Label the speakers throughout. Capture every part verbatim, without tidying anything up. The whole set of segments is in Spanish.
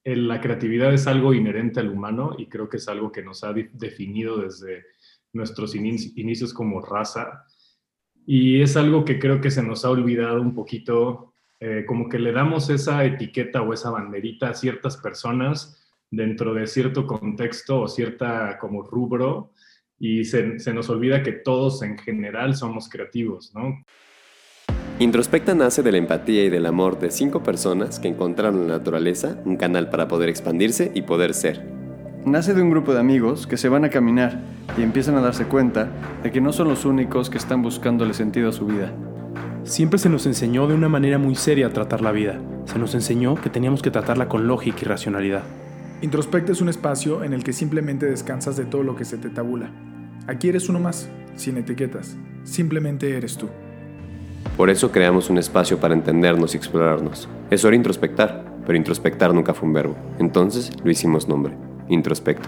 Speaker 1: el- la creatividad es algo inherente al humano y creo que es algo que nos ha di- definido desde nuestros ini- inicios como raza. Y es algo que creo que se nos ha olvidado un poquito, eh, como que le damos esa etiqueta o esa banderita a ciertas personas dentro de cierto contexto o cierta como rubro y se, se nos olvida que todos en general somos creativos, ¿no?
Speaker 2: Introspecta nace de la empatía y del amor de cinco personas que encontraron en la naturaleza un canal para poder expandirse y poder ser.
Speaker 3: Nace de un grupo de amigos que se van a caminar y empiezan a darse cuenta de que no son los únicos que están buscándole sentido a su vida.
Speaker 4: Siempre se nos enseñó de una manera muy seria a tratar la vida. Se nos enseñó que teníamos que tratarla con lógica y racionalidad.
Speaker 5: Introspecta es un espacio en el que simplemente descansas de todo lo que se te tabula. Aquí eres uno más, sin etiquetas. Simplemente eres tú.
Speaker 2: Por eso creamos un espacio para entendernos y explorarnos. Es hora de introspectar, pero introspectar nunca fue un verbo. Entonces lo hicimos nombre. Introspecto.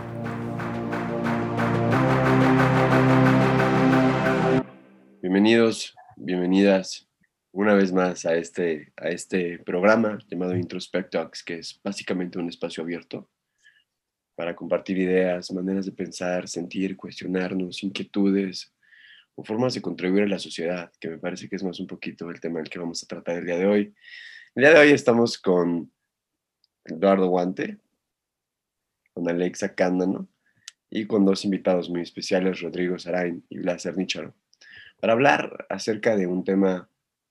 Speaker 2: Bienvenidos, bienvenidas una vez más a este, a este programa llamado Introspect Talks, que es básicamente un espacio abierto para compartir ideas, maneras de pensar, sentir, cuestionarnos, inquietudes o formas de contribuir a la sociedad, que me parece que es más un poquito el tema del que vamos a tratar el día de hoy. El día de hoy estamos con Eduardo Guante, con Alexa Cándano y con dos invitados muy especiales, Rodrigo Sarain y Blas Cernicharo, para hablar acerca de un tema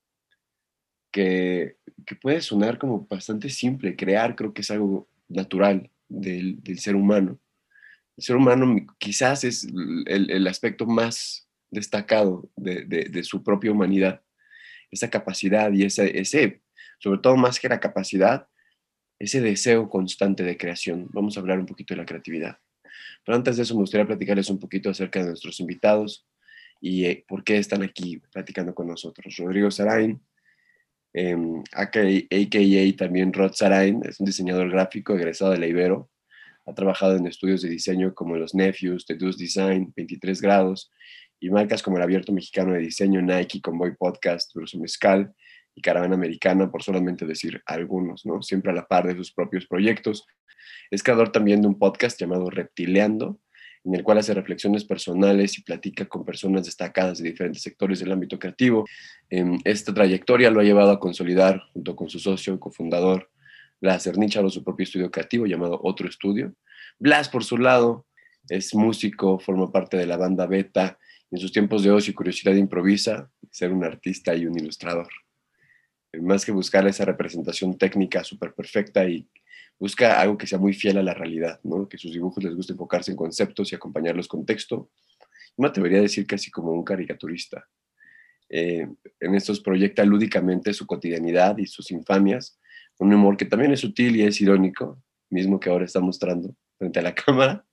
Speaker 2: que, que puede sonar como bastante simple. Crear creo que es algo natural del, del ser humano. El ser humano quizás es el, el aspecto más destacado de, de, de su propia humanidad, esa capacidad y ese, ese, sobre todo más que la capacidad, ese deseo constante de creación. Vamos a hablar un poquito de la creatividad. Pero antes de eso me gustaría platicarles un poquito acerca de nuestros invitados y eh, por qué están aquí platicando con nosotros. Rodrigo Sarain, eh, a k a también Rod Sarain, es un diseñador gráfico egresado de la Ibero. Ha trabajado en estudios de diseño como Los Nephews, The Deuce Design, veintitrés grados, y marcas como el Abierto Mexicano de Diseño, Nike, Convoy Podcast, Bruce Mezcal y Caravana Americana, por solamente decir algunos, ¿no? Siempre a la par de sus propios proyectos. Es creador también de un podcast llamado Reptileando, en el cual hace reflexiones personales y platica con personas destacadas de diferentes sectores del ámbito creativo. Esta trayectoria lo ha llevado a consolidar, junto con su socio y cofundador, Blas Cernicharo, su propio estudio creativo llamado Otro Estudio. Blas, por su lado, es músico, forma parte de la banda Beta, y en sus tiempos de ocio y curiosidad improvisa ser un artista y un ilustrador. Más que buscar esa representación técnica súper perfecta, y busca algo que sea muy fiel a la realidad, ¿no? Que sus dibujos les guste enfocarse en conceptos y acompañarlos con texto. Yo me atrevería a decir casi como un caricaturista. Eh, en estos proyecta lúdicamente su cotidianidad y sus infamias, un humor que también es sutil y es irónico, mismo que ahora está mostrando frente a la cámara,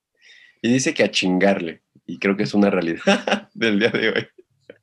Speaker 2: y dice que a chingarle, y creo que es una realidad del día de hoy.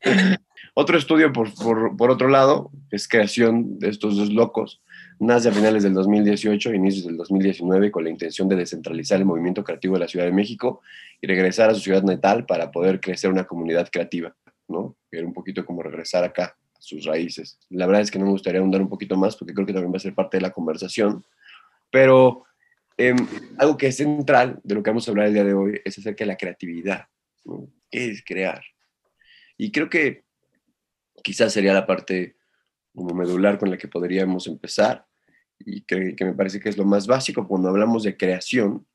Speaker 2: Otro estudio, por, por, por otro lado, es creación de estos dos locos. Nace a finales del dos mil dieciocho, inicios del dos mil diecinueve, con la intención de descentralizar el movimiento creativo de la Ciudad de México y regresar a su ciudad natal para poder crecer una comunidad creativa, ¿no? Era un poquito como regresar acá a sus raíces. La verdad es que no me gustaría ahondar un poquito más porque creo que también va a ser parte de la conversación, pero eh, algo que es central de lo que vamos a hablar el día de hoy es acerca de la creatividad, ¿no? ¿Qué es crear? Y creo que quizás sería la parte como medular con la que podríamos empezar, y que, que me parece que es lo más básico cuando hablamos de creación,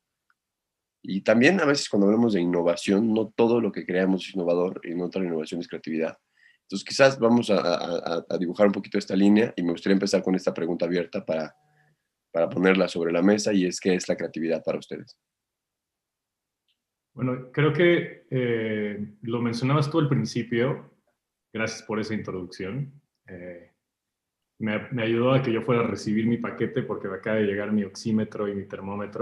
Speaker 2: y también a veces cuando hablamos de innovación. No todo lo que creamos es innovador y no toda la innovación es creatividad. Entonces quizás vamos a, a, a dibujar un poquito esta línea, y me gustaría empezar con esta pregunta abierta para, para ponerla sobre la mesa, y es: ¿qué es la creatividad para ustedes?
Speaker 1: Bueno, creo que eh, lo mencionabas tú al principio. Gracias por esa introducción. Eh, me, me ayudó a que yo fuera a recibir mi paquete porque me acaba de llegar mi oxímetro y mi termómetro.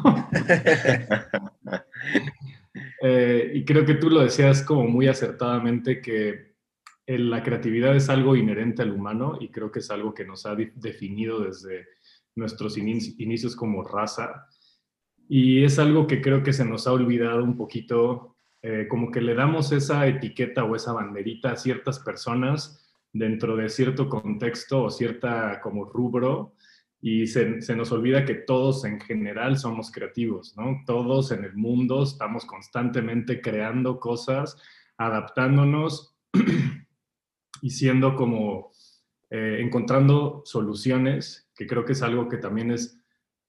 Speaker 1: eh, y creo que tú lo decías como muy acertadamente, que el, la creatividad es algo inherente al humano y creo que es algo que nos ha de, definido desde nuestros inici inicios como raza. Y es algo que creo que se nos ha olvidado un poquito, eh, como que le damos esa etiqueta o esa banderita a ciertas personas dentro de cierto contexto o cierta como rubro, Y se, se nos olvida que todos en general somos creativos, ¿no? Todos en el mundo estamos constantemente creando cosas, adaptándonos y siendo como, eh, encontrando soluciones, que creo que es algo que también es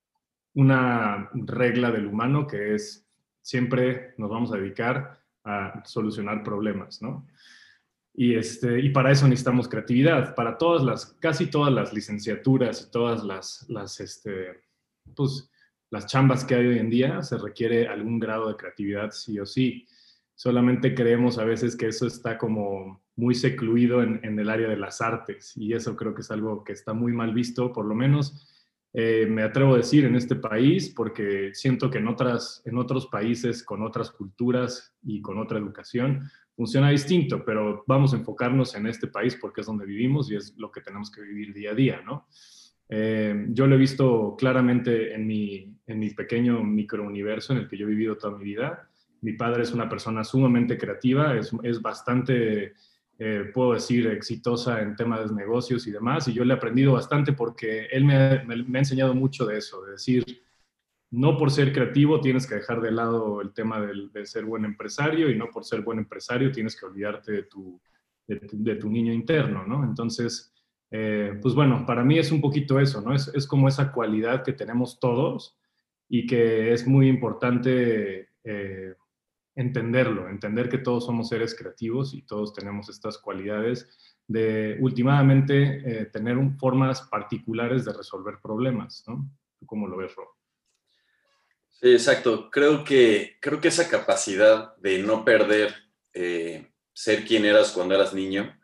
Speaker 1: una regla del humano, que es siempre nos vamos a dedicar a solucionar problemas, ¿no? Y, este, y para eso necesitamos creatividad. Para todas las, casi todas las licenciaturas y todas las, las, este, pues, las chambas que hay hoy en día se requiere algún grado de creatividad sí o sí. Solamente creemos a veces que eso está como muy secluido en, en el área de las artes, y eso creo que es algo que está muy mal visto, por lo menos eh, me atrevo a decir en este país, porque siento que en, otras, en otros países con otras culturas y con otra educación funciona distinto, pero vamos a enfocarnos en este país porque es donde vivimos y es lo que tenemos que vivir día a día, ¿no? Eh, yo lo he visto claramente en mi, en mi pequeño microuniverso en el que yo he vivido toda mi vida. Mi padre es una persona sumamente creativa, es, es bastante, eh, puedo decir, exitosa en temas de negocios y demás, y yo le he aprendido bastante porque él me, me, me ha enseñado mucho de eso, de decir, no por ser creativo tienes que dejar de lado el tema del, de ser buen empresario, y no por ser buen empresario tienes que olvidarte de tu, de tu, de tu niño interno, ¿no? Entonces, eh, pues bueno, para mí es un poquito eso, ¿no? Es, es como esa cualidad que tenemos todos y que es muy importante eh, entenderlo, entender que todos somos seres creativos y todos tenemos estas cualidades de, últimamente, eh, tener un, formas particulares de resolver problemas, ¿no? ¿Tú cómo lo ves, Rob?
Speaker 6: Sí, exacto. Creo que, creo que esa capacidad de no perder eh, ser quien eras cuando eras niño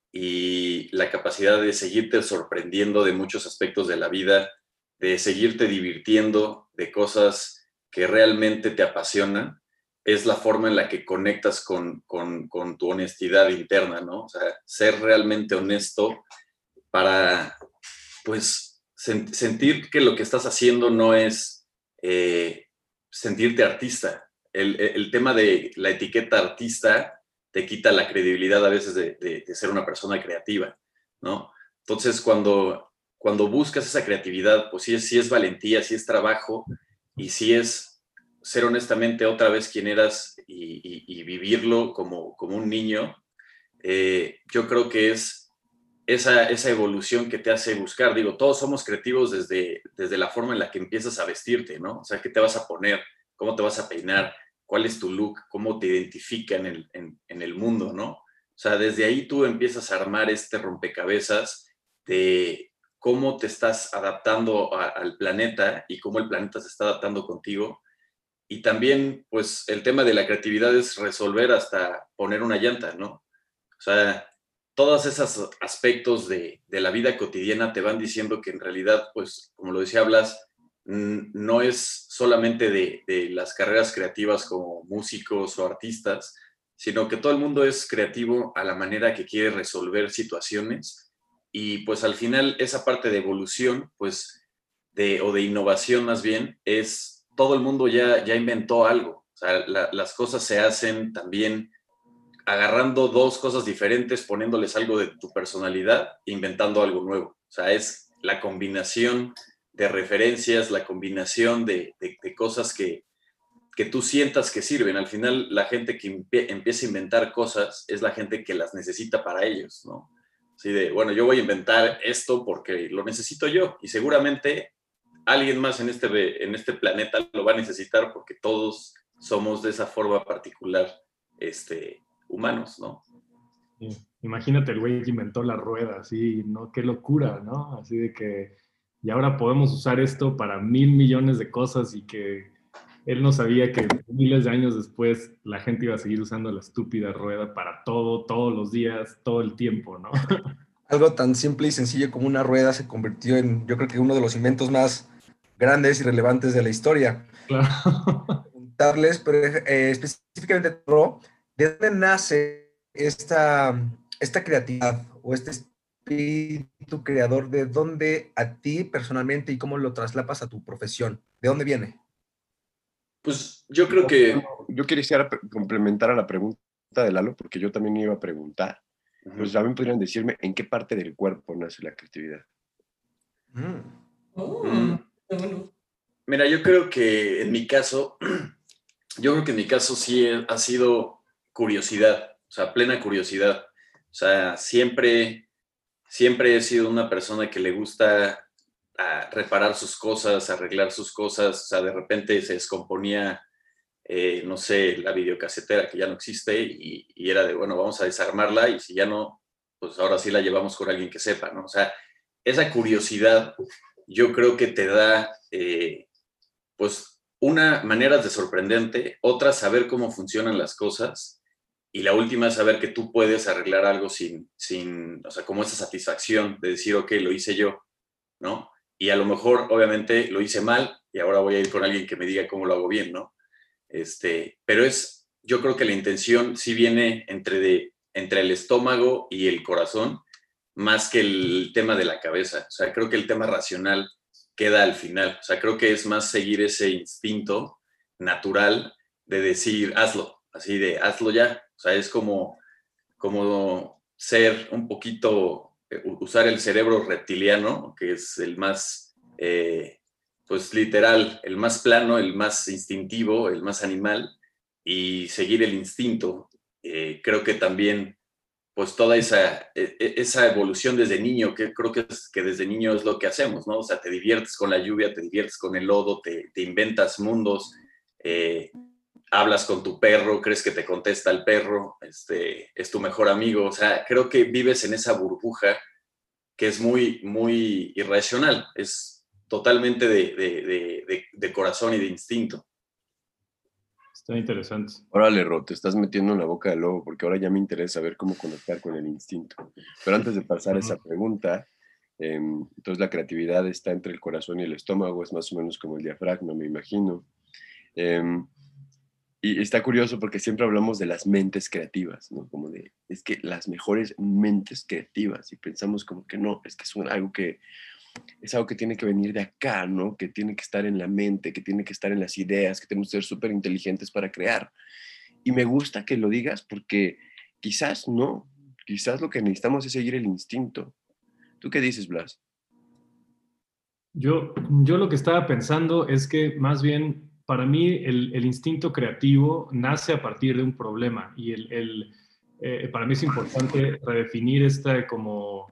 Speaker 6: y la capacidad de seguirte sorprendiendo de muchos aspectos de la vida, de seguirte divirtiendo de cosas que realmente te apasionan, es la forma en la que conectas con, con, con tu honestidad interna, ¿no? O sea, ser realmente honesto para, pues, sen- sentir que lo que estás haciendo no es... Eh, sentirte artista. El, el tema de la etiqueta artista te quita la credibilidad a veces de, de, de ser una persona creativa, ¿no? Entonces, cuando, cuando buscas esa creatividad, pues sí es, sí es valentía, sí es trabajo, y sí es ser honestamente otra vez quien eras y, y, y vivirlo como, como un niño. Eh, yo creo que es esa, esa evolución que te hace buscar. Digo, todos somos creativos desde, desde la forma en la que empiezas a vestirte, ¿no? O sea, ¿qué te vas a poner? ¿Cómo te vas a peinar? ¿Cuál es tu look? ¿Cómo te identifica en el, en, en el mundo, no? O sea, desde ahí tú empiezas a armar este rompecabezas de cómo te estás adaptando a, al planeta y cómo el planeta se está adaptando contigo. Y también, pues, el tema de la creatividad es resolver hasta poner una llanta, ¿no? O sea, todos esos aspectos de, de la vida cotidiana te van diciendo que en realidad, pues, como lo decía Blas, no es solamente de, de las carreras creativas como músicos o artistas, sino que todo el mundo es creativo a la manera que quiere resolver situaciones, y pues al final esa parte de evolución, pues, de, o de innovación más bien, es todo el mundo ya, ya inventó algo. O sea, la, las cosas se hacen también agarrando dos cosas diferentes, poniéndoles algo de tu personalidad e inventando algo nuevo. O sea, es la combinación de referencias, la combinación de, de, de cosas que, que tú sientas que sirven. Al final, la gente que empieza a inventar cosas es la gente que las necesita para ellos, ¿no? Así de, bueno, yo voy a inventar esto porque lo necesito yo, y seguramente alguien más en este, en este planeta lo va a necesitar porque todos somos de esa forma particular, este, humanos, ¿no?
Speaker 1: Sí. Imagínate el güey que inventó la rueda, así, ¿no? Qué locura, ¿no? Así de que, y ahora podemos usar esto para mil millones de cosas, y que él no sabía que miles de años después la gente iba a seguir usando la estúpida rueda para todo, todos los días, todo el tiempo, ¿no?
Speaker 7: Algo tan simple y sencillo como una rueda se convirtió en, yo creo que uno de los inventos más grandes y relevantes de la historia.
Speaker 1: Claro.
Speaker 7: Preguntarles, pero eh, específicamente, ¿de dónde nace esta, esta creatividad o este espíritu creador? ¿De dónde a ti personalmente y cómo lo traslapas a tu profesión? ¿De dónde viene?
Speaker 6: Pues yo creo que...
Speaker 2: Yo quisiera complementar a la pregunta de Lalo, porque yo también iba a preguntar. Pues también podrían decirme en qué parte del cuerpo nace la creatividad.
Speaker 7: Mm.
Speaker 8: Oh,
Speaker 6: Mm.
Speaker 8: bueno.
Speaker 6: Mira, yo creo que en mi caso, yo creo que en mi caso sí ha sido curiosidad, o sea, plena curiosidad. O sea, siempre, siempre he sido una persona que le gusta a reparar sus cosas, arreglar sus cosas. O sea, de repente se descomponía, eh, no sé, la videocasetera que ya no existe y, y era de, bueno, vamos a desarmarla y si ya no, pues ahora sí la llevamos con alguien que sepa, ¿no? O sea, esa curiosidad yo creo que te da, eh, pues, una manera de sorprendente, otra saber cómo funcionan las cosas y la última es saber que tú puedes arreglar algo sin, sin, o sea, como esa satisfacción de decir, ok, lo hice yo, ¿no? Y a lo mejor, obviamente, lo hice mal y ahora voy a ir con alguien que me diga cómo lo hago bien, ¿no? Este, pero es, yo creo que la intención sí viene entre, de, entre el estómago y el corazón, más que el tema de la cabeza. O sea, creo que el tema racional queda al final. O sea, creo que es más seguir ese instinto natural de decir, hazlo, así de, hazlo ya. O sea, es como, como ser un poquito, eh, usar el cerebro reptiliano, que es el más, eh, pues literal, el más plano, el más instintivo, el más animal, y seguir el instinto. Eh, creo que también, pues toda esa, esa evolución desde niño, que creo que, es, que desde niño es lo que hacemos, ¿no? O sea, te diviertes con la lluvia, te diviertes con el lodo, te, te inventas mundos, eh, hablas con tu perro, crees que te contesta el perro, este, es tu mejor amigo. O sea, creo que vives en esa burbuja que es muy, muy irracional, es totalmente de, de, de, de, de corazón y de instinto.
Speaker 1: Está interesante.
Speaker 2: Órale, Ro, te estás metiendo en la boca del lobo, porque ahora ya me interesa saber cómo conectar con el instinto. Pero antes de pasar a esa pregunta, eh, entonces la creatividad está entre el corazón y el estómago, es más o menos como el diafragma, me imagino. Eh, y está curioso porque siempre hablamos de las mentes creativas, ¿no? Como de, es que las mejores mentes creativas, y pensamos como que no, es que es un, algo que es algo que tiene que venir de acá, ¿no? Que tiene que estar en la mente, que tiene que estar en las ideas, que tenemos que ser súper inteligentes para crear. Y me gusta que lo digas porque quizás no, quizás lo que necesitamos es seguir el instinto. ¿Tú qué dices, Blas?
Speaker 1: Yo, yo lo que estaba pensando es que más bien para mí el, el instinto creativo nace a partir de un problema y el, el, eh, para mí es importante redefinir este como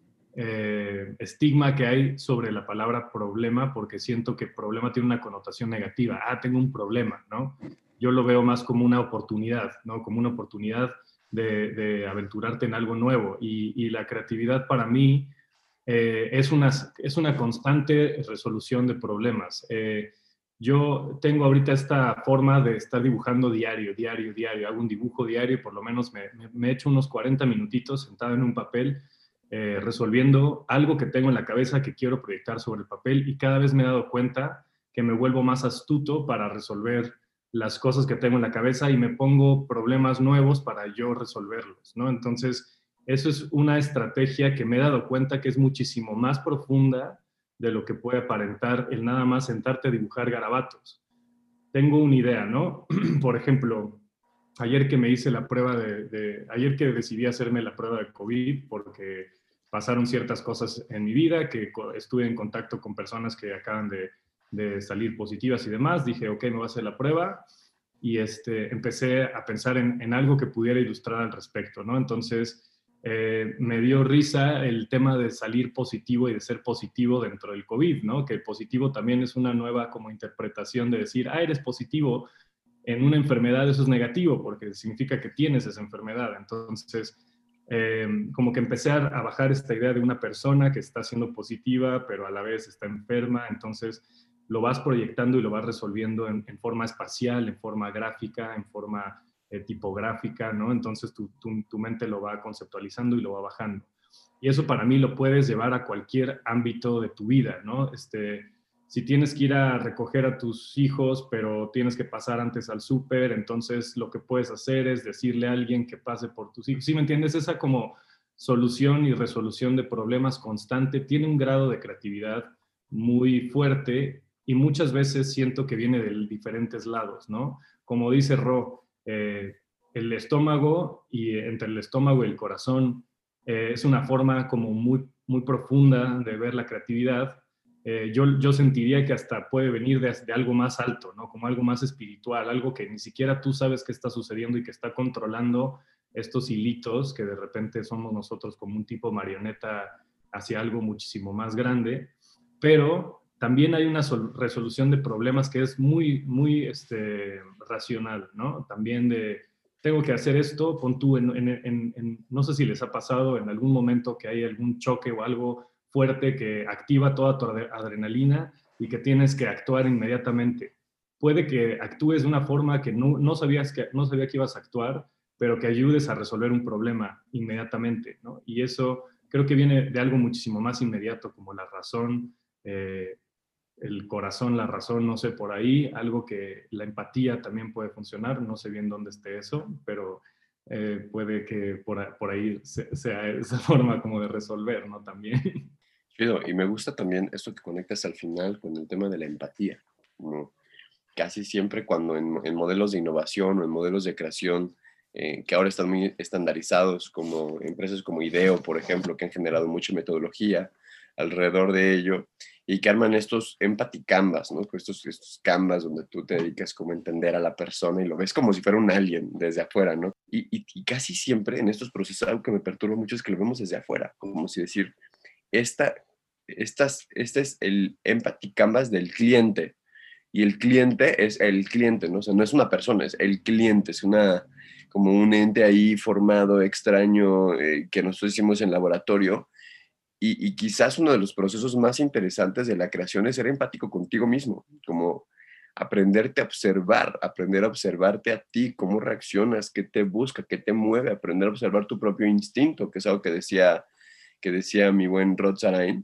Speaker 1: eh, estigma que hay sobre la palabra problema porque siento que problema tiene una connotación negativa. Ah, tengo un problema, ¿no? Yo lo veo más como una oportunidad, ¿no? Como una oportunidad de, de aventurarte en algo nuevo y, y la creatividad para mí eh, es, una, es una constante resolución de problemas. Eh, yo tengo ahorita esta forma de estar dibujando diario, diario, diario. Hago un dibujo diario y por lo menos me, me, me echo unos cuarenta minutitos sentado en un papel eh, resolviendo algo que tengo en la cabeza que quiero proyectar sobre el papel y cada vez me he dado cuenta que me vuelvo más astuto para resolver las cosas que tengo en la cabeza y me pongo problemas nuevos para yo resolverlos, ¿no? Entonces, eso es una estrategia que me he dado cuenta que es muchísimo más profunda de lo que puede aparentar el nada más sentarte a dibujar garabatos. Tengo una idea, ¿no? Por ejemplo, ayer que me hice la prueba de, de, ayer que decidí hacerme la prueba de COVID porque pasaron ciertas cosas en mi vida, que estuve en contacto con personas que acaban de, de salir positivas y demás, dije, ok, me voy a hacer la prueba y este, empecé a pensar en, en algo que pudiera ilustrar al respecto, ¿no? Entonces, eh, me dio risa el tema de salir positivo y de ser positivo dentro del COVID, ¿no? Que el positivo también es una nueva como interpretación de decir, ah, eres positivo, en una enfermedad eso es negativo porque significa que tienes esa enfermedad. Entonces, eh, como que empecé a, a bajar esta idea de una persona que está siendo positiva, pero a la vez está enferma. Entonces, lo vas proyectando y lo vas resolviendo en, en forma espacial, en forma gráfica, en forma eh, tipográfica, ¿no? Entonces, tu, tu, tu mente lo va conceptualizando y lo va bajando. Y eso para mí lo puedes llevar a cualquier ámbito de tu vida, ¿no? Este, si tienes que ir a recoger a tus hijos, pero tienes que pasar antes al súper, entonces lo que puedes hacer es decirle a alguien que pase por tus hijos. ¿Sí me entiendes? Esa como solución y resolución de problemas constante tiene un grado de creatividad muy fuerte y muchas veces siento que viene de diferentes lados, ¿no? Como dice Ro, eh, el estómago y entre el estómago y el corazón eh, es una forma como muy, muy profunda de ver la creatividad. eh, yo, yo sentiría que hasta puede venir de, de algo más alto, ¿no? Como algo más espiritual, algo que ni siquiera tú sabes qué está sucediendo y que está controlando estos hilitos que de repente somos nosotros como un tipo marioneta hacia algo muchísimo más grande, pero también hay una resolución de problemas que es muy, muy este, racional, ¿no? También de, tengo que hacer esto, pon tú en, en, en, en, no sé si les ha pasado en algún momento que hay algún choque o algo fuerte que activa toda tu adrenalina y que tienes que actuar inmediatamente. Puede que actúes de una forma que no, no, sabías que no sabía que ibas a actuar, pero que ayudes a resolver un problema inmediatamente, ¿no? Y eso creo que viene de algo muchísimo más inmediato, como la razón, eh, el corazón, la razón, no sé, por ahí, algo que la empatía también puede funcionar, no sé bien dónde esté eso, pero eh, puede que por, por ahí sea esa forma como de resolver, ¿no? También.
Speaker 2: Y me gusta también esto que conectas al final con el tema de la empatía, ¿no? Casi siempre cuando en, en modelos de innovación o en modelos de creación eh, que ahora están muy estandarizados, como empresas como IDEO, por ejemplo, que han generado mucha metodología alrededor de ello y que arman estos empathy canvas, ¿no? Estos, estos canvas donde tú te dedicas como a entender a la persona y lo ves como si fuera un alien desde afuera, ¿no? Y, y, y casi siempre en estos procesos algo que me perturba mucho es que lo vemos desde afuera, como si decir, esta, estas, este es el empathy canvas del cliente, y el cliente es el cliente, ¿no? O sea, no es una persona, es el cliente, es una, como un ente ahí formado, extraño, eh, que nosotros hicimos en laboratorio, y, y quizás uno de los procesos más interesantes de la creación es ser empático contigo mismo, como aprenderte a observar, aprender a observarte a ti, cómo reaccionas, qué te busca, qué te mueve, aprender a observar tu propio instinto, que es algo que decía, que decía mi buen Rod Sarain,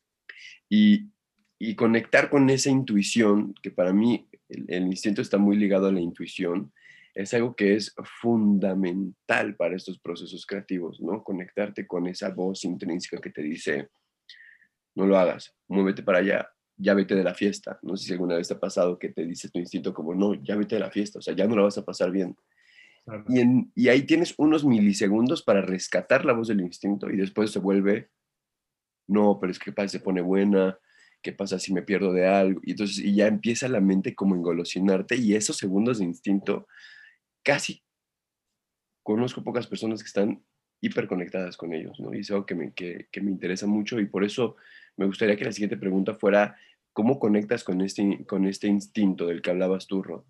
Speaker 2: y y conectar con esa intuición, que para mí el, el instinto está muy ligado a la intuición, es algo que es fundamental para estos procesos creativos, ¿no? Conectarte con esa voz intrínseca que te dice, no lo hagas, muévete para allá, ya vete de la fiesta. No sé si alguna vez te ha pasado que te dice tu instinto como, no, ya vete de la fiesta, o sea, ya no la vas a pasar bien. Claro. Y, en, y ahí tienes unos milisegundos para rescatar la voz del instinto y después se vuelve, no, pero es que se pone buena, ¿qué pasa si me pierdo de algo? Y entonces y ya empieza la mente como a engolosinarte y esos segundos de instinto, casi conozco pocas personas que están hiperconectadas con ellos, ¿no? Y es algo que me, que, que me interesa mucho y por eso me gustaría que la siguiente pregunta fuera, ¿cómo conectas con este, con este instinto del que hablabas tú, Rod?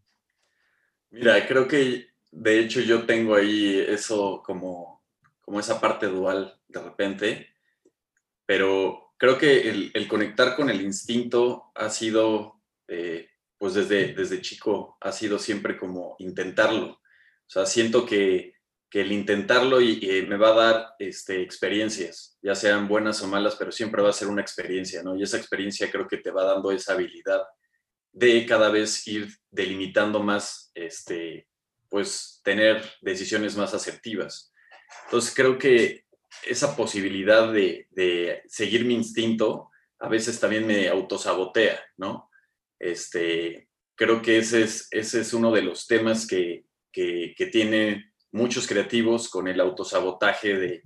Speaker 6: Mira, creo que de hecho yo tengo ahí eso como, como esa parte dual de repente, pero creo que el, el conectar con el instinto ha sido, eh, pues desde, desde chico, ha sido siempre como intentarlo. O sea, siento que, que el intentarlo y, y me va a dar este, experiencias, ya sean buenas o malas, pero siempre va a ser una experiencia, ¿no? Y esa experiencia creo que te va dando esa habilidad de cada vez ir delimitando más, este, pues tener decisiones más asertivas. Entonces creo que esa posibilidad de, de seguir mi instinto a veces también me autosabotea, ¿no? Este, creo que ese es, ese es uno de los temas que, que, que tienen muchos creativos con el autosabotaje de,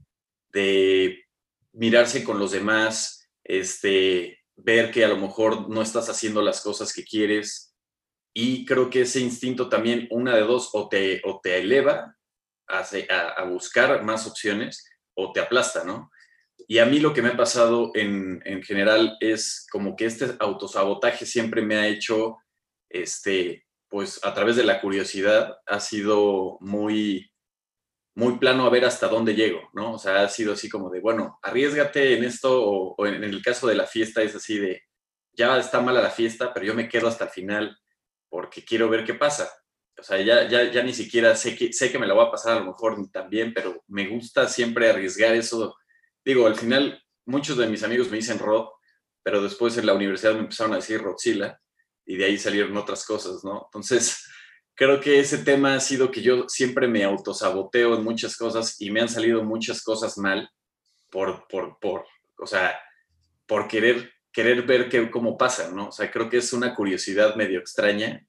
Speaker 6: de mirarse con los demás, este, ver que a lo mejor no estás haciendo las cosas que quieres y creo que ese instinto también, una de dos, o te, o te eleva a, a, a buscar más opciones o te aplasta, ¿no? Y a mí lo que me ha pasado en, en general es como que este autosabotaje siempre me ha hecho, este, pues a través de la curiosidad, ha sido muy, muy plano a ver hasta dónde llego, ¿no? O sea, ha sido así como de, bueno, arriésgate en esto, o, o en, en el caso de la fiesta es así de, ya está mala la fiesta, pero yo me quedo hasta el final porque quiero ver qué pasa. O sea, ya, ya, ya ni siquiera sé que, sé que me la voy a pasar a lo mejor también, pero me gusta siempre arriesgar eso. Digo, al final, muchos de mis amigos me dicen Rod, pero después en la universidad me empezaron a decir Rodzilla, y de ahí salieron otras cosas, ¿no? Entonces, creo que ese tema ha sido que yo siempre me autosaboteo en muchas cosas y me han salido muchas cosas mal por, por, por o sea, por querer, querer ver qué, cómo pasa, ¿no? O sea, creo que es una curiosidad medio extraña,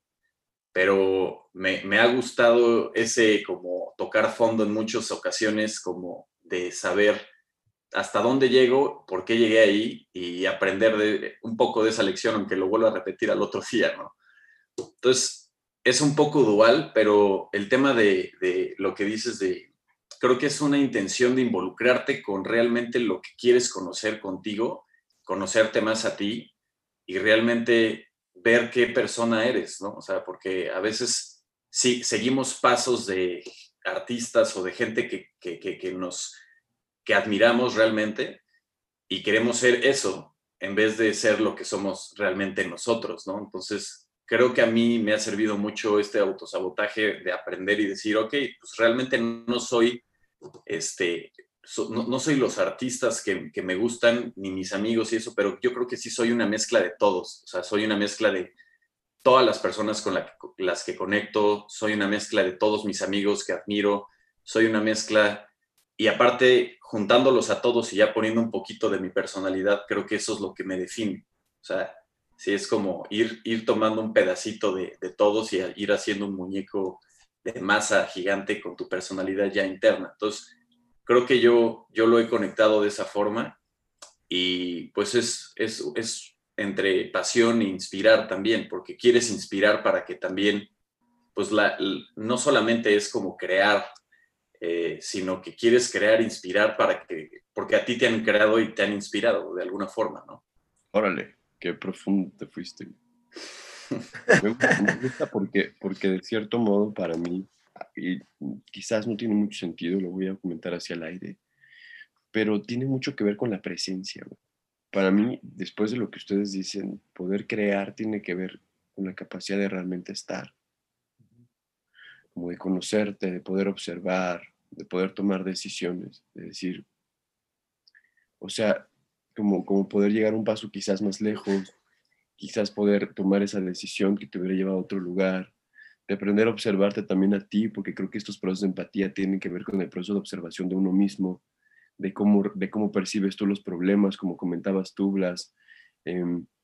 Speaker 6: pero me, me ha gustado ese como tocar fondo en muchas ocasiones, como de saber hasta dónde llego, por qué llegué ahí y aprender de, un poco de esa lección, aunque lo vuelva a repetir al otro día, ¿no? Entonces, es un poco dual, pero el tema de, de lo que dices de, creo que es una intención de involucrarte con realmente lo que quieres conocer contigo, conocerte más a ti y realmente ver qué persona eres, ¿no? O sea, porque a veces sí, seguimos pasos de artistas o de gente que, que, que, que nos que admiramos realmente y queremos ser eso en vez de ser lo que somos realmente nosotros, ¿no? Entonces, creo que a mí me ha servido mucho este autosabotaje de aprender y decir, ok, pues realmente no soy, este, so, no, no, soy los artistas que, que me gustan, ni mis amigos y eso, pero yo creo que sí soy una mezcla de todos, o sea, soy una mezcla de todas las personas con la, las que conecto, soy una mezcla de todos mis amigos que admiro, soy una mezcla, y aparte, juntándolos a todos y ya poniendo un poquito de mi personalidad, creo que eso es lo que me define. O sea, sí es como ir, ir tomando un pedacito de, de todos y ir haciendo un muñeco de masa gigante con tu personalidad ya interna. Entonces, creo que yo, yo lo he conectado de esa forma y pues es, es, es entre pasión e inspirar también, porque quieres inspirar para que también, pues la, no solamente es como crear, Eh, sino que quieres crear, inspirar para que, porque a ti te han creado y te han inspirado de alguna forma, ¿no?
Speaker 2: Órale, qué profundo te fuiste. Me gusta, me gusta porque, porque de cierto modo para mí, y quizás no tiene mucho sentido, lo voy a comentar hacia el aire, pero tiene mucho que ver con la presencia. Para mí, después de lo que ustedes dicen, poder crear tiene que ver con la capacidad de realmente estar, como de conocerte, de poder observar, de poder tomar decisiones, de decir, o sea, como, como poder llegar un paso quizás más lejos, quizás poder tomar esa decisión que te hubiera llevado a otro lugar, de aprender a observarte también a ti, porque creo que estos procesos de empatía tienen que ver con el proceso de observación de uno mismo, de cómo, de cómo percibes tú los problemas, como comentabas tú, Blas, eh,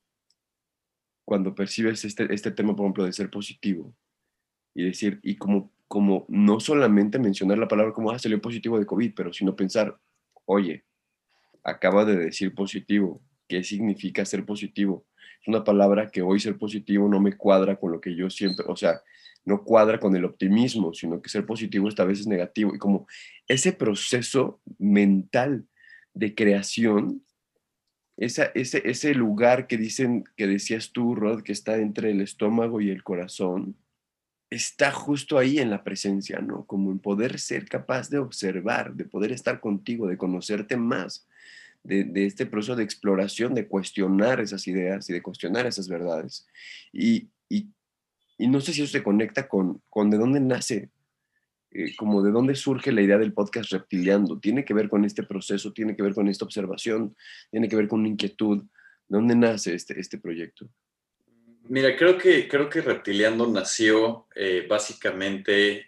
Speaker 2: cuando percibes este, este tema, por ejemplo, de ser positivo, y decir, y como, como no solamente mencionar la palabra como, ah, salió positivo de COVID, pero sino pensar, oye, acaba de decir positivo, ¿qué significa ser positivo? Es una palabra que hoy ser positivo no me cuadra con lo que yo siempre, o sea, no cuadra con el optimismo, sino que ser positivo esta vez es negativo. Y como ese proceso mental de creación, esa, ese, ese lugar que dicen, que decías tú, Rod, que está entre el estómago y el corazón, está justo ahí en la presencia, ¿no? Como en poder ser capaz de observar, de poder estar contigo, de conocerte más, de, de este proceso de exploración, de cuestionar esas ideas y de cuestionar esas verdades. Y, y, y no sé si eso se conecta con, con de dónde nace, eh, como de dónde surge la idea del podcast Reptiliando. Tiene que ver con este proceso, tiene que ver con esta observación, tiene que ver con una inquietud. ¿De dónde nace este, este proyecto?
Speaker 6: Mira, creo que, creo que Reptiliando nació eh, básicamente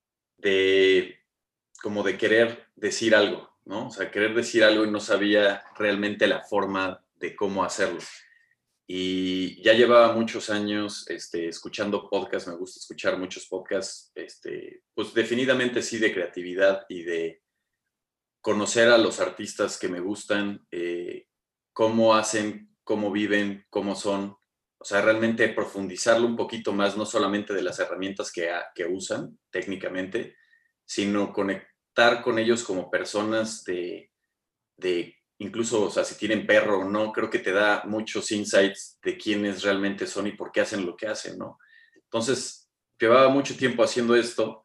Speaker 6: de como de querer decir algo, ¿no? O sea, querer decir algo y no sabía realmente la forma de cómo hacerlo. Y ya llevaba muchos años este, escuchando podcasts, me gusta escuchar muchos podcasts, este, pues definidamente sí de creatividad y de conocer a los artistas que me gustan, eh, cómo hacen, cómo viven, cómo son. O sea, realmente profundizarlo un poquito más, no solamente de las herramientas que, que usan técnicamente, sino conectar con ellos como personas de, de, incluso, o sea, si tienen perro o no, creo que te da muchos insights de quiénes realmente son y por qué hacen lo que hacen, ¿no? Entonces, llevaba mucho tiempo haciendo esto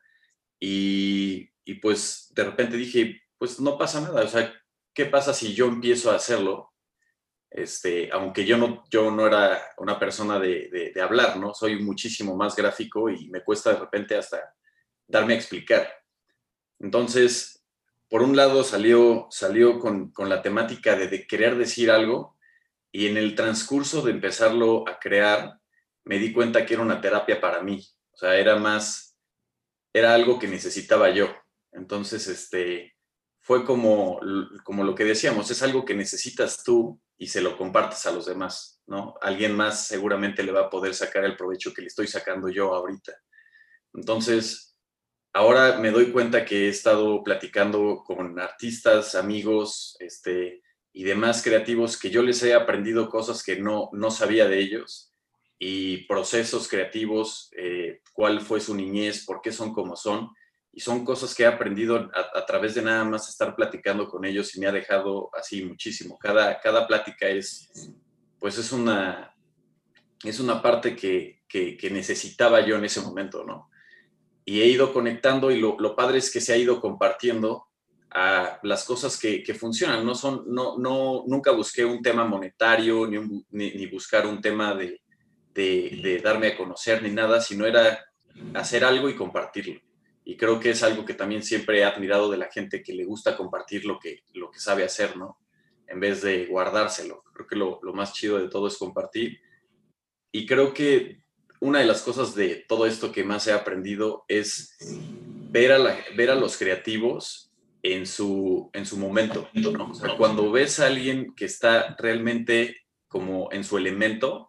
Speaker 6: y, y pues de repente dije, pues no pasa nada, o sea, ¿qué pasa si yo empiezo a hacerlo? Este, aunque yo no, yo no era una persona de, de, de hablar, ¿no? Soy muchísimo más gráfico y me cuesta de repente hasta darme a explicar. Entonces, por un lado salió, salió con, con la temática de, de querer decir algo y en el transcurso de empezarlo a crear, me di cuenta que era una terapia para mí. O sea, era más, era algo que necesitaba yo. Entonces, este, fue como, como lo que decíamos, es algo que necesitas tú y se lo compartes a los demás, ¿no? Alguien más seguramente le va a poder sacar el provecho que le estoy sacando yo ahorita. Entonces, ahora me doy cuenta que he estado platicando con artistas, amigos, este, y demás creativos que yo les he aprendido cosas que no, no sabía de ellos y procesos creativos, eh, cuál fue su niñez, por qué son como son. Y son cosas que he aprendido a, a través de nada más estar platicando con ellos y me ha dejado así muchísimo. Cada, cada plática es, pues es una, es una parte que, que, que necesitaba yo en ese momento, ¿no? Y he ido conectando y lo, lo padre es que se ha ido compartiendo a las cosas que, que funcionan. No son, no, no, nunca busqué un tema monetario ni, un, ni, ni buscar un tema de, de, de darme a conocer ni nada, sino era hacer algo y compartirlo. Y creo que es algo que también siempre he admirado de la gente que le gusta compartir lo que, lo que sabe hacer, ¿no? En vez de guardárselo. Creo que lo, lo más chido de todo es compartir. Y creo que una de las cosas de todo esto que más he aprendido es ver a, la, ver a los creativos en su, en su momento, ¿no? O sea, cuando ves a alguien que está realmente como en su elemento,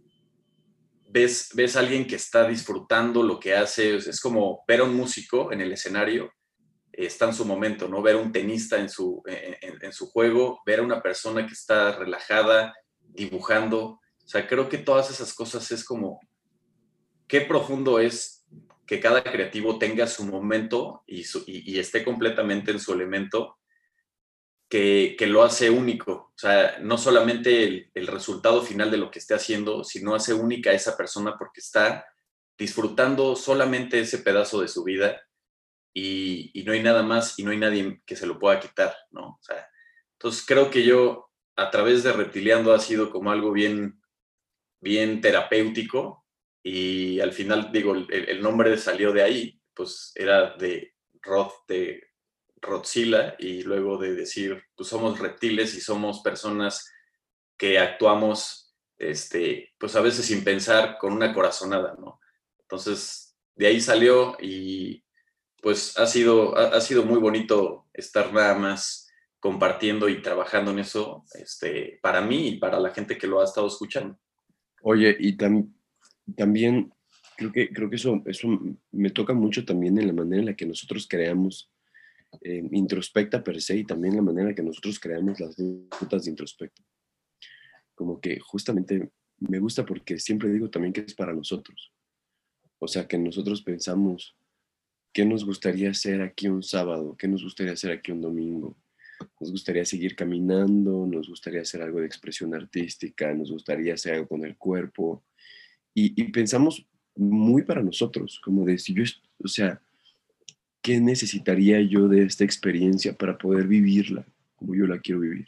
Speaker 6: ves, ves a alguien que está disfrutando lo que hace, es como ver a un músico en el escenario, está en su momento, ¿no? Ver a un tenista en su, en, en su juego, ver a una persona que está relajada, dibujando. O sea, creo que todas esas cosas es como, qué profundo es que cada creativo tenga su momento y, su, y, y esté completamente en su elemento, que, que lo hace único. O sea, no solamente el, el resultado final de lo que esté haciendo, sino hace única a esa persona porque está disfrutando solamente ese pedazo de su vida y, y no hay nada más y no hay nadie que se lo pueda quitar, ¿no? O sea, entonces creo que yo, a través de Reptiliando, ha sido como algo bien, bien terapéutico. Y al final, digo, el, el nombre salió de ahí, pues era de Rod, de Rodzilla, y luego de decir, pues somos reptiles y somos personas que actuamos, este, pues a veces sin pensar, con una corazonada, ¿no? Entonces, de ahí salió y pues ha sido, ha, ha sido muy bonito estar nada más compartiendo y trabajando en eso, este, para mí y para la gente que lo ha estado escuchando.
Speaker 2: Oye, y también... También creo que, creo que eso, eso me toca mucho también en la manera en la que nosotros creamos eh, introspecta per se y también la manera en la que nosotros creamos las rutas de introspecta. Como que justamente me gusta porque siempre digo también que es para nosotros. O sea, que nosotros pensamos qué nos gustaría hacer aquí un sábado, qué nos gustaría hacer aquí un domingo. Nos gustaría seguir caminando, nos gustaría hacer algo de expresión artística, nos gustaría hacer algo con el cuerpo. Y, y pensamos muy para nosotros, como de si yo, o sea, ¿qué necesitaría yo de esta experiencia para poder vivirla como yo la quiero vivir?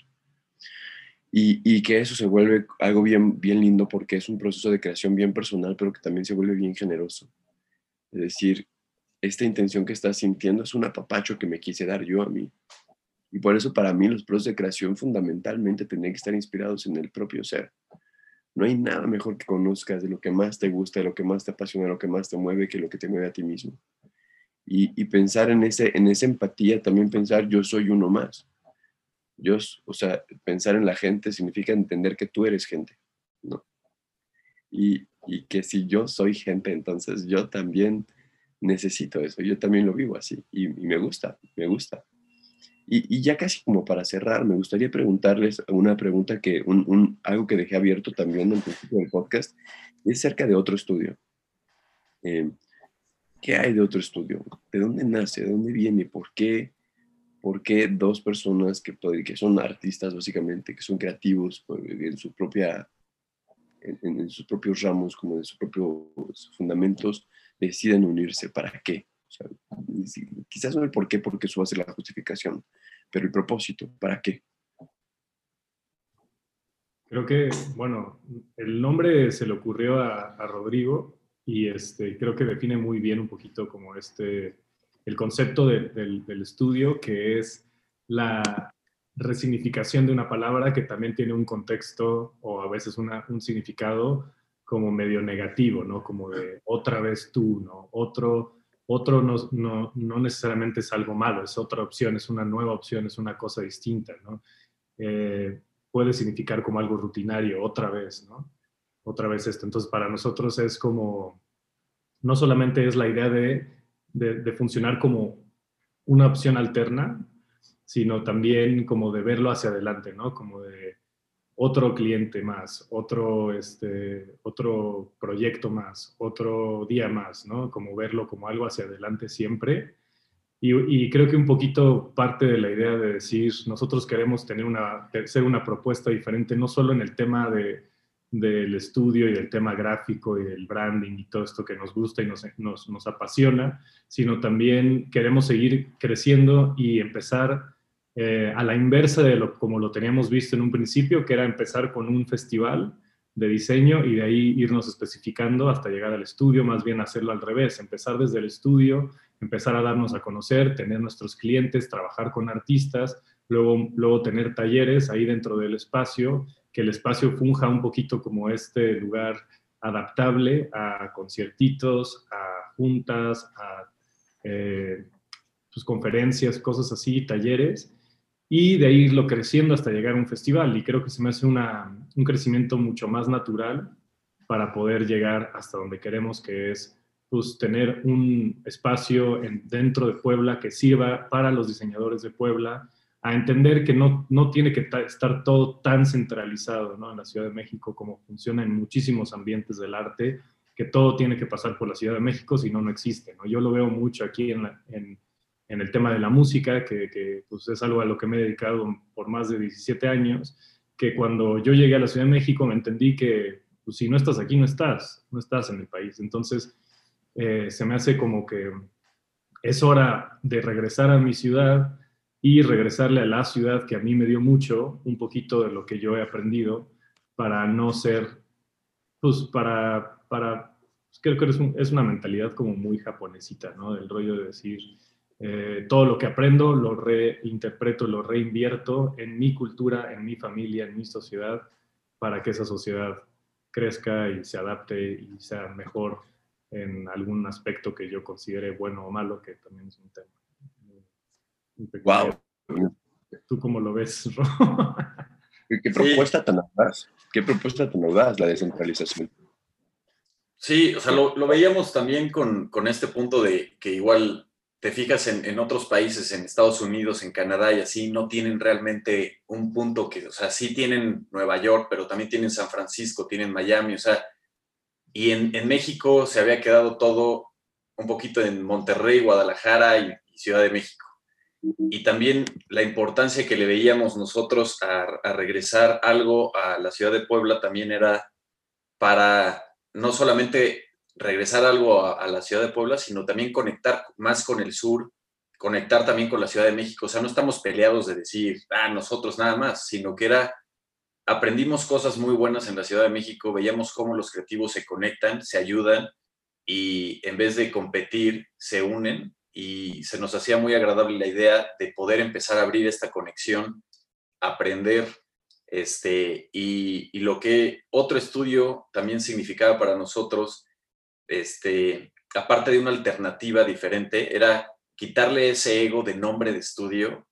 Speaker 2: Y, y que eso se vuelve algo bien, bien lindo porque es un proceso de creación bien personal, pero que también se vuelve bien generoso. Es decir, esta intención que estás sintiendo es un apapacho que me quise dar yo a mí. Y por eso para mí los procesos de creación fundamentalmente tienen que estar inspirados en el propio ser. No hay nada mejor que conozcas de lo que más te gusta, de lo que más te apasiona, de lo que más te mueve, que lo que te mueve a ti mismo. Y, y pensar en, ese, en esa empatía, también pensar yo soy uno más. Yo, o sea, pensar en la gente significa entender que tú eres gente, ¿no? Y, y que si yo soy gente, entonces yo también necesito eso. Yo también lo vivo así y, y me gusta, me gusta. Y, y ya casi como para cerrar, me gustaría preguntarles una pregunta que, un, un, algo que dejé abierto también al principio del podcast, es acerca de otro estudio. Eh, ¿Qué hay de otro estudio? ¿De dónde nace? ¿De dónde viene? ¿Por qué? ¿Por qué dos personas que, que son artistas básicamente, que son creativos en su propia, en, en sus propios ramos, como en sus propios fundamentos, deciden unirse? ¿Para qué? O sea, quizás no el por qué, porque eso va a ser la justificación, pero el propósito, ¿para qué?
Speaker 1: Creo que, bueno, el nombre se le ocurrió a, a Rodrigo y este, creo que define muy bien un poquito como este, el concepto de, del, del estudio, que es la resignificación de una palabra que también tiene un contexto o a veces una, un significado como medio negativo, ¿no? Como de otra vez tú, ¿no? Otro... Otro no, no, no necesariamente es algo malo, es otra opción, es una nueva opción, es una cosa distinta, ¿no? Eh, puede significar como algo rutinario, otra vez, ¿no? Otra vez esto. Entonces, para nosotros es como, no solamente es la idea de de, de funcionar como una opción alterna, sino también como de verlo hacia adelante, ¿no? Como de otro cliente más, otro, este, otro proyecto más, otro día más, ¿no? Como verlo como algo hacia adelante siempre. Y, y creo que un poquito parte de la idea de decir, nosotros queremos tener una, ser una propuesta diferente, no solo en el tema de, del estudio y del tema gráfico y del branding y todo esto que nos gusta y nos, nos, nos apasiona, sino también queremos seguir creciendo y empezar eh, a la inversa de lo, como lo teníamos visto en un principio, que era empezar con un festival de diseño y de ahí irnos especificando hasta llegar al estudio, más bien hacerlo al revés, empezar desde el estudio, empezar a darnos a conocer, tener nuestros clientes, trabajar con artistas, luego, luego tener talleres ahí dentro del espacio, que el espacio funja un poquito como este lugar adaptable a conciertitos, a juntas, a eh, pues, conferencias, cosas así, talleres, y de ahí irlo creciendo hasta llegar a un festival. Y creo que se me hace una, un crecimiento mucho más natural para poder llegar hasta donde queremos, que es pues, tener un espacio en, dentro de Puebla que sirva para los diseñadores de Puebla, a entender que no, no tiene que estar todo tan centralizado, ¿no? En la Ciudad de México, como funciona en muchísimos ambientes del arte, que todo tiene que pasar por la Ciudad de México, si no, no existe, ¿no? Yo lo veo mucho aquí en, la, en, en el tema de la música, que, que pues, es algo a lo que me he dedicado por más de diecisiete años, que cuando yo llegué a la Ciudad de México me entendí que pues, si no estás aquí, no estás, no estás en el país. Entonces, eh, se me hace como que es hora de regresar a mi ciudad y regresarle a la ciudad que a mí me dio mucho, un poquito de lo que yo he aprendido, para no ser, pues para, para pues creo que es, un, es una mentalidad como muy japonesita, ¿no? Del rollo de decir, eh, todo lo que aprendo lo reinterpreto, lo reinvierto en mi cultura, en mi familia, en mi sociedad, para que esa sociedad crezca y se adapte y sea mejor en algún aspecto que yo considere bueno o malo, que también es un tema.
Speaker 2: Wow.
Speaker 1: ¿Tú cómo lo ves, Ro?
Speaker 2: ¿Qué propuesta sí. tan audaz? ¿Qué propuesta tan audaz la descentralización?
Speaker 6: Sí, o sea, lo, lo veíamos también con, con este punto de que igual te fijas en, en otros países, en Estados Unidos, en Canadá y así, no tienen realmente un punto que, o sea, sí tienen Nueva York, pero también tienen San Francisco, tienen Miami, o sea, y en, en México se había quedado todo un poquito en Monterrey, Guadalajara y, y Ciudad de México. Y también la importancia que le veíamos nosotros a, a regresar algo a la ciudad de Puebla también era para no solamente regresar algo a, a la ciudad de Puebla, sino también conectar más con el sur, conectar también con la Ciudad de México. O sea, no estamos peleados de decir, ah, nosotros nada más, sino que era, aprendimos cosas muy buenas en la Ciudad de México, veíamos cómo los creativos se conectan, se ayudan y en vez de competir, se unen. Y se nos hacía muy agradable la idea de poder empezar a abrir esta conexión, aprender, este, y, y lo que otro estudio también significaba para nosotros, este, aparte de una alternativa diferente, era quitarle ese ego de nombre de estudio,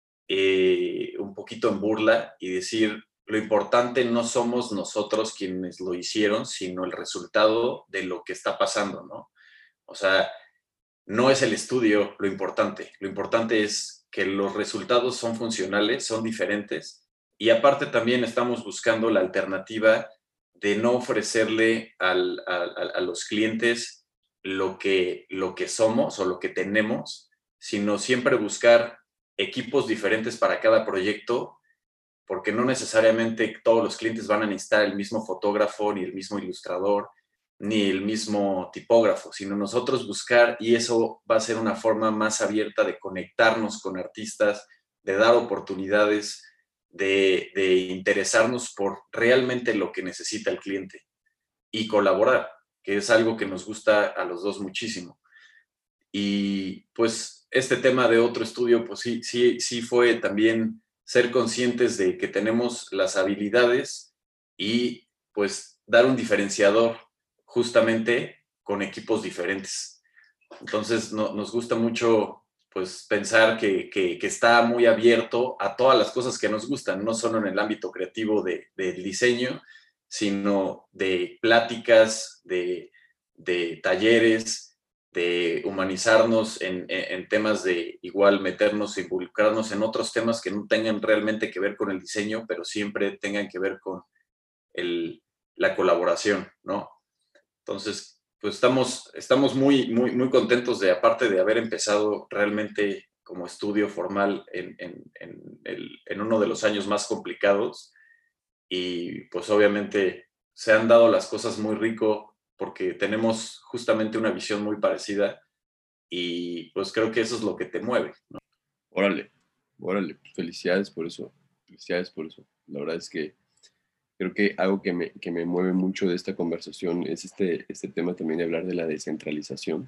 Speaker 6: eh, un poquito en burla, y decir, lo importante no somos nosotros quienes lo hicieron, sino el resultado de lo que está pasando, ¿no? O sea, no es el estudio lo importante, lo importante es que los resultados son funcionales, son diferentes, y aparte también estamos buscando la alternativa de no ofrecerle al, a, a los clientes lo que, lo que somos o lo que tenemos, sino siempre buscar equipos diferentes para cada proyecto, porque no necesariamente todos los clientes van a necesitar el mismo fotógrafo ni el mismo ilustrador, ni el mismo tipógrafo, sino nosotros buscar, y eso va a ser una forma más abierta de conectarnos con artistas, de dar oportunidades, de, de interesarnos por realmente lo que necesita el cliente y colaborar, que es algo que nos gusta a los dos muchísimo. Y pues este tema de otro estudio, pues sí, sí, sí fue también ser conscientes de que tenemos las habilidades y pues dar un diferenciador justamente con equipos diferentes. Entonces no, nos gusta mucho pues pensar que, que, que está muy abierto a todas las cosas que nos gustan, no solo en el ámbito creativo de, del diseño, sino de pláticas, de, de talleres, de humanizarnos en, en, en temas de igual meternos, involucrarnos en otros temas que no tengan realmente que ver con el diseño, pero siempre tengan que ver con el, la colaboración, ¿no? Entonces, pues estamos, estamos muy, muy, muy contentos de, aparte de haber empezado realmente como estudio formal en, en, en, el, en uno de los años más complicados, y pues obviamente se han dado las cosas muy rico porque tenemos justamente una visión muy parecida, y pues creo que eso es lo que te mueve, ¿no?
Speaker 2: Órale, órale, felicidades por eso, felicidades por eso. La verdad es que creo que algo que me, que me mueve mucho de esta conversación es este, este tema también de hablar de la descentralización.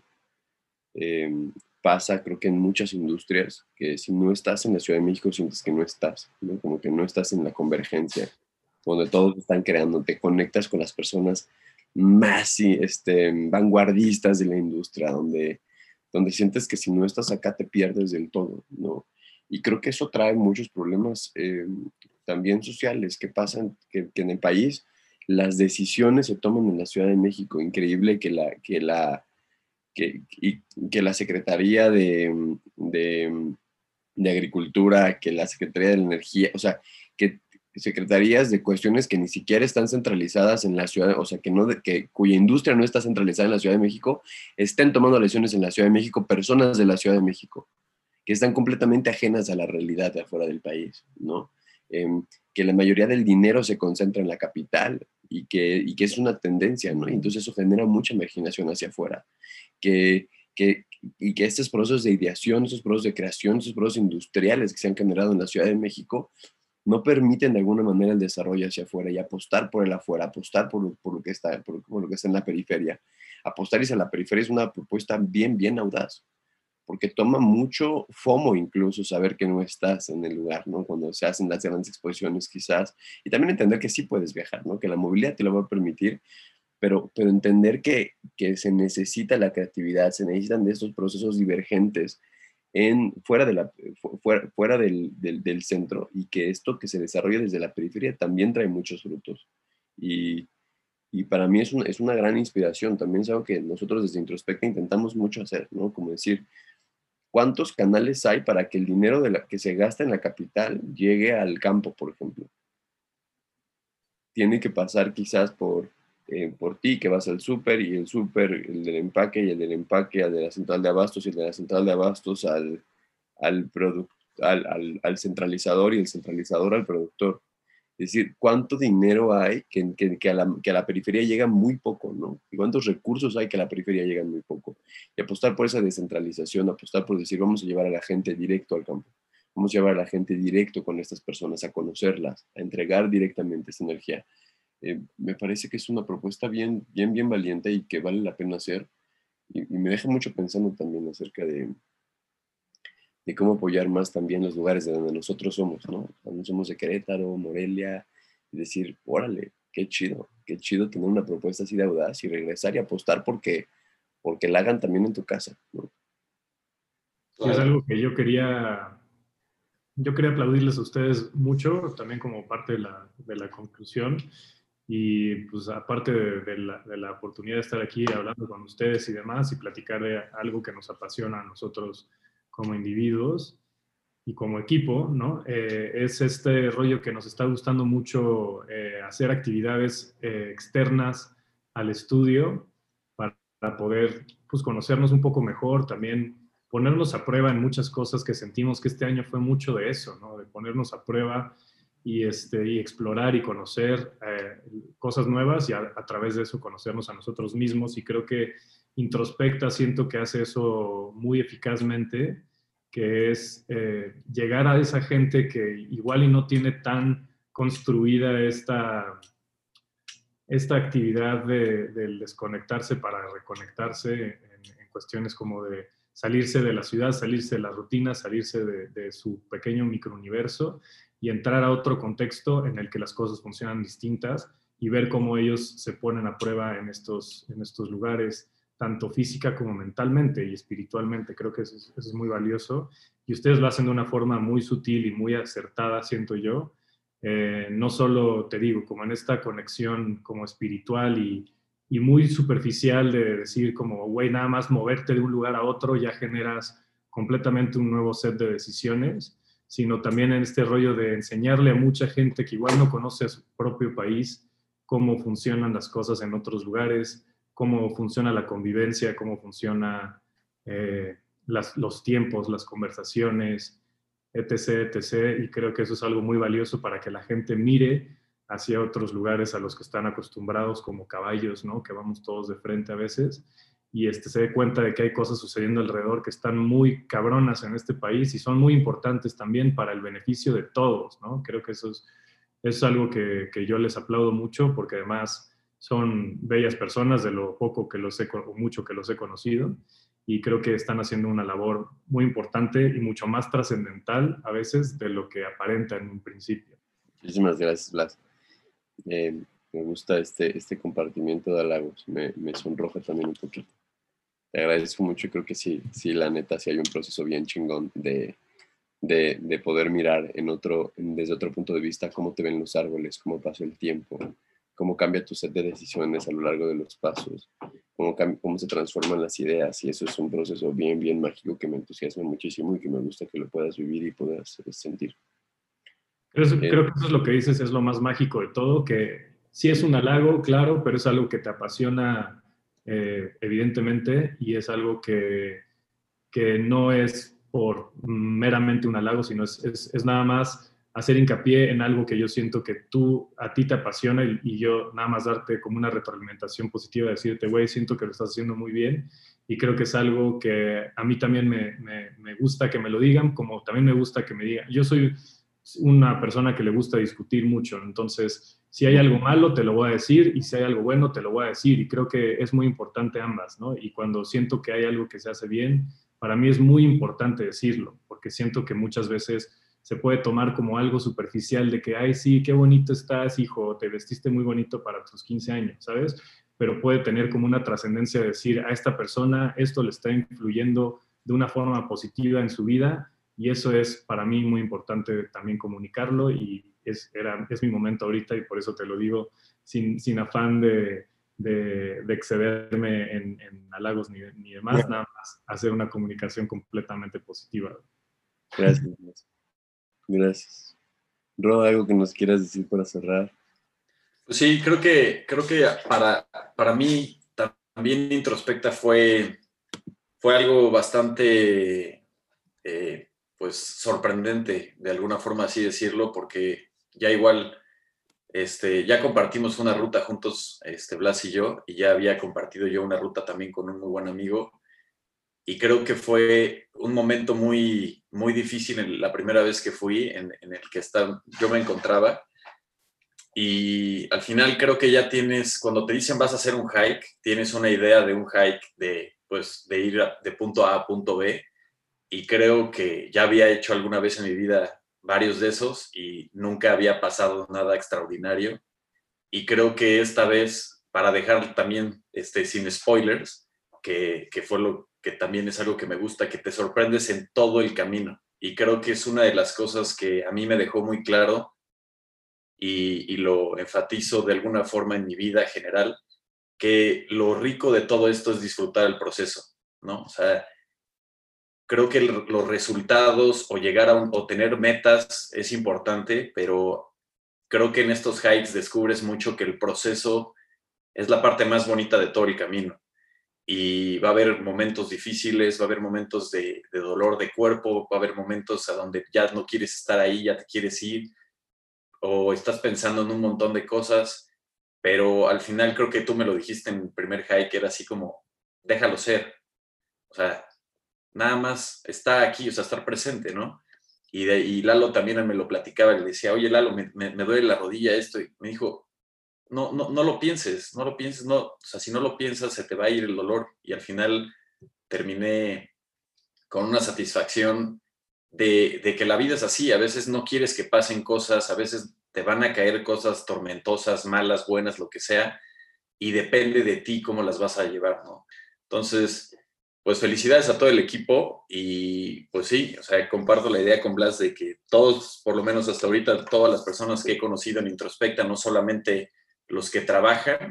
Speaker 2: Eh, pasa, creo que en muchas industrias, que si no estás en la Ciudad de México, sientes que no estás, ¿no? Como que no estás en la convergencia, donde todos están creando, te conectas con las personas más este, vanguardistas de la industria, donde, donde sientes que si no estás acá te pierdes del todo, ¿no? Y creo que eso trae muchos problemas eh, también sociales que pasan, que, que en el país las decisiones se toman en la Ciudad de México. Increíble que la, que la, que, y, que la Secretaría de, de, de Agricultura, que la Secretaría de la Energía, o sea, que secretarías de cuestiones que ni siquiera están centralizadas en la ciudad, o sea, que no, que, cuya industria no está centralizada en la Ciudad de México, estén tomando decisiones en la Ciudad de México, personas de la Ciudad de México, que están completamente ajenas a la realidad de afuera del país, ¿no? Eh, que la mayoría del dinero se concentra en la capital y que, y que es una tendencia, ¿no? Y entonces eso genera mucha imaginación hacia afuera. Que, que, y que estos procesos de ideación, estos procesos de creación, estos procesos industriales que se han generado en la Ciudad de México no permiten de alguna manera el desarrollo hacia afuera y apostar por el afuera, apostar por lo, por lo, que, está, por, por lo que está en la periferia. Apostar hacia la periferia es una propuesta bien, bien audaz, porque toma mucho FOMO incluso saber que no estás en el lugar, ¿no? Cuando se hacen las grandes exposiciones quizás, y también entender que sí puedes viajar, ¿no? Que la movilidad te lo va a permitir, pero, pero entender que, que se necesita la creatividad, se necesitan de estos procesos divergentes en, fuera, de la, fuera, fuera del, del, del centro, y que esto que se desarrolla desde la periferia también trae muchos frutos. Y, y para mí es, un, es una gran inspiración, también es algo que nosotros desde Introspecta intentamos mucho hacer, ¿no? Como decir, ¿cuántos canales hay para que el dinero de la, que se gasta en la capital llegue al campo, por ejemplo? Tiene que pasar quizás por, eh, por ti, que vas al súper, y el súper, el del empaque, y el del empaque al de la central de abastos, y el de la central de abastos al, al, product, al, al, al centralizador, y el centralizador al productor. Es decir, ¿cuánto dinero hay que, que, que, a la, que a la periferia llega muy poco, ¿no? ¿Y cuántos recursos hay que a la periferia llegan muy poco? Y apostar por esa descentralización, apostar por decir, vamos a llevar a la gente directo al campo, vamos a llevar a la gente directo con estas personas, a conocerlas, a entregar directamente esa energía. Eh, me parece que es una propuesta bien, bien, bien valiente y que vale la pena hacer. Y, y me deja mucho pensando también acerca de, de cómo apoyar más también los lugares de donde nosotros somos, ¿no? Cuando somos de Querétaro, Morelia, y decir, órale, qué chido, qué chido tener una propuesta así de audaz y regresar y apostar porque, porque la hagan también en tu casa, ¿no?
Speaker 1: Sí, es algo que yo quería, yo quería aplaudirles a ustedes mucho, también como parte de la, de la conclusión. Y pues aparte de, de, la, de la oportunidad de estar aquí hablando con ustedes y demás, y platicar de algo que nos apasiona a nosotros como individuos y como equipo, ¿no? Eh, es este rollo que nos está gustando mucho, eh, hacer actividades eh, externas al estudio para, para poder pues, conocernos un poco mejor, también ponernos a prueba en muchas cosas que sentimos que este año fue mucho de eso, ¿no? De ponernos a prueba y, este, y explorar y conocer eh, cosas nuevas, y a, a través de eso conocernos a nosotros mismos. Y creo que Introspecta siento que hace eso muy eficazmente, que es eh, llegar a esa gente que igual y no tiene tan construida esta, esta actividad de, del desconectarse para reconectarse en, en cuestiones como de salirse de la ciudad, salirse de la rutina, salirse de, de su pequeño microuniverso y entrar a otro contexto en el que las cosas funcionan distintas, y ver cómo ellos se ponen a prueba en estos, en estos lugares, tanto física como mentalmente y espiritualmente. Creo que eso es, eso es muy valioso, y ustedes lo hacen de una forma muy sutil y muy acertada, siento yo. Eh, no solo, te digo, como en esta conexión como espiritual y, y muy superficial de decir como, güey, nada más moverte de un lugar a otro ya generas completamente un nuevo set de decisiones, sino también en este rollo de enseñarle a mucha gente que igual no conoce a su propio país cómo funcionan las cosas en otros lugares, cómo funciona la convivencia, cómo funciona eh, las, los tiempos, las conversaciones, etc, etcétera. Y creo que eso es algo muy valioso para que la gente mire hacia otros lugares a los que están acostumbrados como caballos, ¿no? Que vamos todos de frente a veces, y este, se dé cuenta de que hay cosas sucediendo alrededor que están muy cabronas en este país y son muy importantes también para el beneficio de todos, ¿no? Creo que eso es, es algo que, que yo les aplaudo mucho, porque además son bellas personas de lo poco que los he, o mucho que los he conocido, y creo que están haciendo una labor muy importante y mucho más trascendental a veces de lo que aparenta en un principio.
Speaker 2: Muchísimas gracias, Blas. Eh, me gusta este, este compartimiento de halagos, me, me sonroja también un poquito. Te agradezco mucho, creo que sí, sí, la neta, sí hay un proceso bien chingón de, de, de poder mirar en otro, desde otro punto de vista cómo te ven los árboles, cómo pasa el tiempo, cómo cambia tu set de decisiones a lo largo de los pasos, cómo, cómo se transforman las ideas, y eso es un proceso bien, bien mágico que me entusiasma muchísimo y que me gusta que lo puedas vivir y puedas sentir.
Speaker 1: Creo, eh, creo que eso es lo que dices, es lo más mágico de todo, que sí es un halago, claro, pero es algo que te apasiona eh, evidentemente, y es algo que, que no es por meramente un halago, sino es, es, es nada más hacer hincapié en algo que yo siento que tú, a ti te apasiona, y, y yo nada más darte como una retroalimentación positiva, decirte, güey, siento que lo estás haciendo muy bien, y creo que es algo que a mí también me, me, me gusta que me lo digan, como también me gusta que me digan. Yo soy una persona que le gusta discutir mucho, entonces si hay algo malo te lo voy a decir, y si hay algo bueno te lo voy a decir, y creo que es muy importante ambas, ¿no? Y cuando siento que hay algo que se hace bien, para mí es muy importante decirlo, porque siento que muchas veces se puede tomar como algo superficial de que, ay, sí, qué bonito estás, hijo, te vestiste muy bonito para tus quince años, ¿sabes? Pero puede tener como una trascendencia de decir, a esta persona esto le está influyendo de una forma positiva en su vida, y eso es para mí muy importante también comunicarlo, y es, era, es mi momento ahorita, y por eso te lo digo sin, sin afán de, de, de excederme en, en halagos ni, ni demás, nada más hacer una comunicación completamente positiva.
Speaker 2: Gracias. Gracias. Ro, ¿algo que nos quieras decir para cerrar?
Speaker 6: Pues sí, creo que, creo que para, para mí también Introspecta fue, fue algo bastante eh, pues sorprendente, de alguna forma así decirlo, porque ya igual este, ya compartimos una ruta juntos, este, Blas y yo, y ya había compartido yo una ruta también con un muy buen amigo, y creo que fue un momento muy, muy difícil en la primera vez que fui, en, en el que está, yo me encontraba. Y al final creo que ya tienes, cuando te dicen vas a hacer un hike, tienes una idea de un hike de, pues, de ir de punto A a punto B. Y creo que ya había hecho alguna vez en mi vida varios de esos y nunca había pasado nada extraordinario. Y creo que esta vez, para dejar también este, sin spoilers, que, que fue lo que también es algo que me gusta, que te sorprendes en todo el camino. Y creo que es una de las cosas que a mí me dejó muy claro, y, y lo enfatizo de alguna forma en mi vida general, que lo rico de todo esto es disfrutar el proceso, ¿no? O sea, creo que el, los resultados o llegar a un, o tener metas es importante, pero creo que en estos hikes descubres mucho que el proceso es la parte más bonita de todo el camino. Y va a haber momentos difíciles, va a haber momentos de, de dolor de cuerpo, va a haber momentos a donde ya no quieres estar ahí, ya te quieres ir, o estás pensando en un montón de cosas, pero al final creo que tú me lo dijiste en el primer hike, era así como, déjalo ser. O sea, nada más está aquí, o sea, estar presente, ¿no? Y, de, y Lalo también me lo platicaba, le decía, oye, Lalo, me, me, me duele la rodilla esto, y me dijo, no, no, no lo pienses, no lo pienses, no, o sea, si no lo piensas se te va a ir el dolor. Y al final terminé con una satisfacción de, de que la vida es así, a veces no quieres que pasen cosas, a veces te van a caer cosas tormentosas, malas, buenas, lo que sea, y depende de ti cómo las vas a llevar, ¿no? Entonces, pues felicidades a todo el equipo, y pues sí, o sea, comparto la idea con Blas de que todos, por lo menos hasta ahorita, todas las personas que he conocido en Introspecta, no solamente los que trabajan,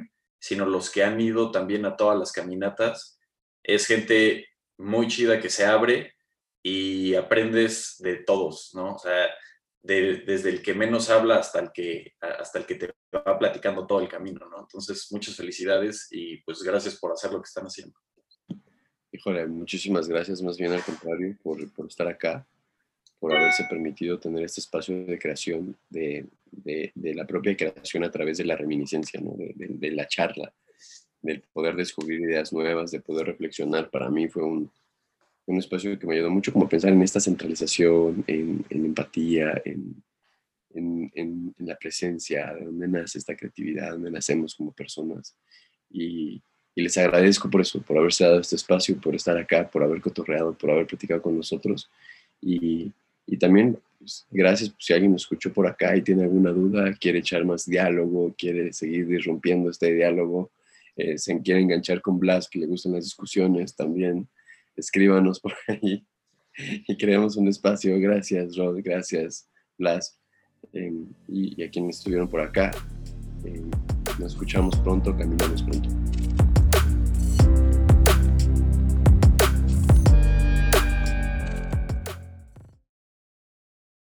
Speaker 6: sino los que han ido también a todas las caminatas. Es gente muy chida que se abre y aprendes de todos, ¿no? O sea, de, desde el que menos habla hasta el que, hasta el que te va platicando todo el camino, ¿no? Entonces, muchas felicidades y pues gracias por hacer lo que están haciendo.
Speaker 2: Híjole, muchísimas gracias, más bien al contrario, por, por estar acá, por haberse permitido tener este espacio de creación, de, de, de la propia creación a través de la reminiscencia, ¿no? de, de, de la charla, del poder descubrir ideas nuevas, de poder reflexionar. Para mí fue un, un espacio que me ayudó mucho como a pensar en esta centralización, en, en empatía, en, en, en, en la presencia, de dónde nace esta creatividad, dónde nacemos como personas. Y, y les agradezco por eso, por haberse dado este espacio, por estar acá, por haber cotorreado, por haber platicado con nosotros. Y, y también, pues, gracias pues, si alguien nos escuchó por acá y tiene alguna duda, quiere echar más diálogo, quiere seguir irrumpiendo este diálogo, eh, se quiere enganchar con Blas, que le gustan las discusiones, también escríbanos por ahí y creamos un espacio. Gracias, Rod, gracias, Blas, eh, y, y a quienes estuvieron por acá. Eh, nos escuchamos pronto, caminamos pronto.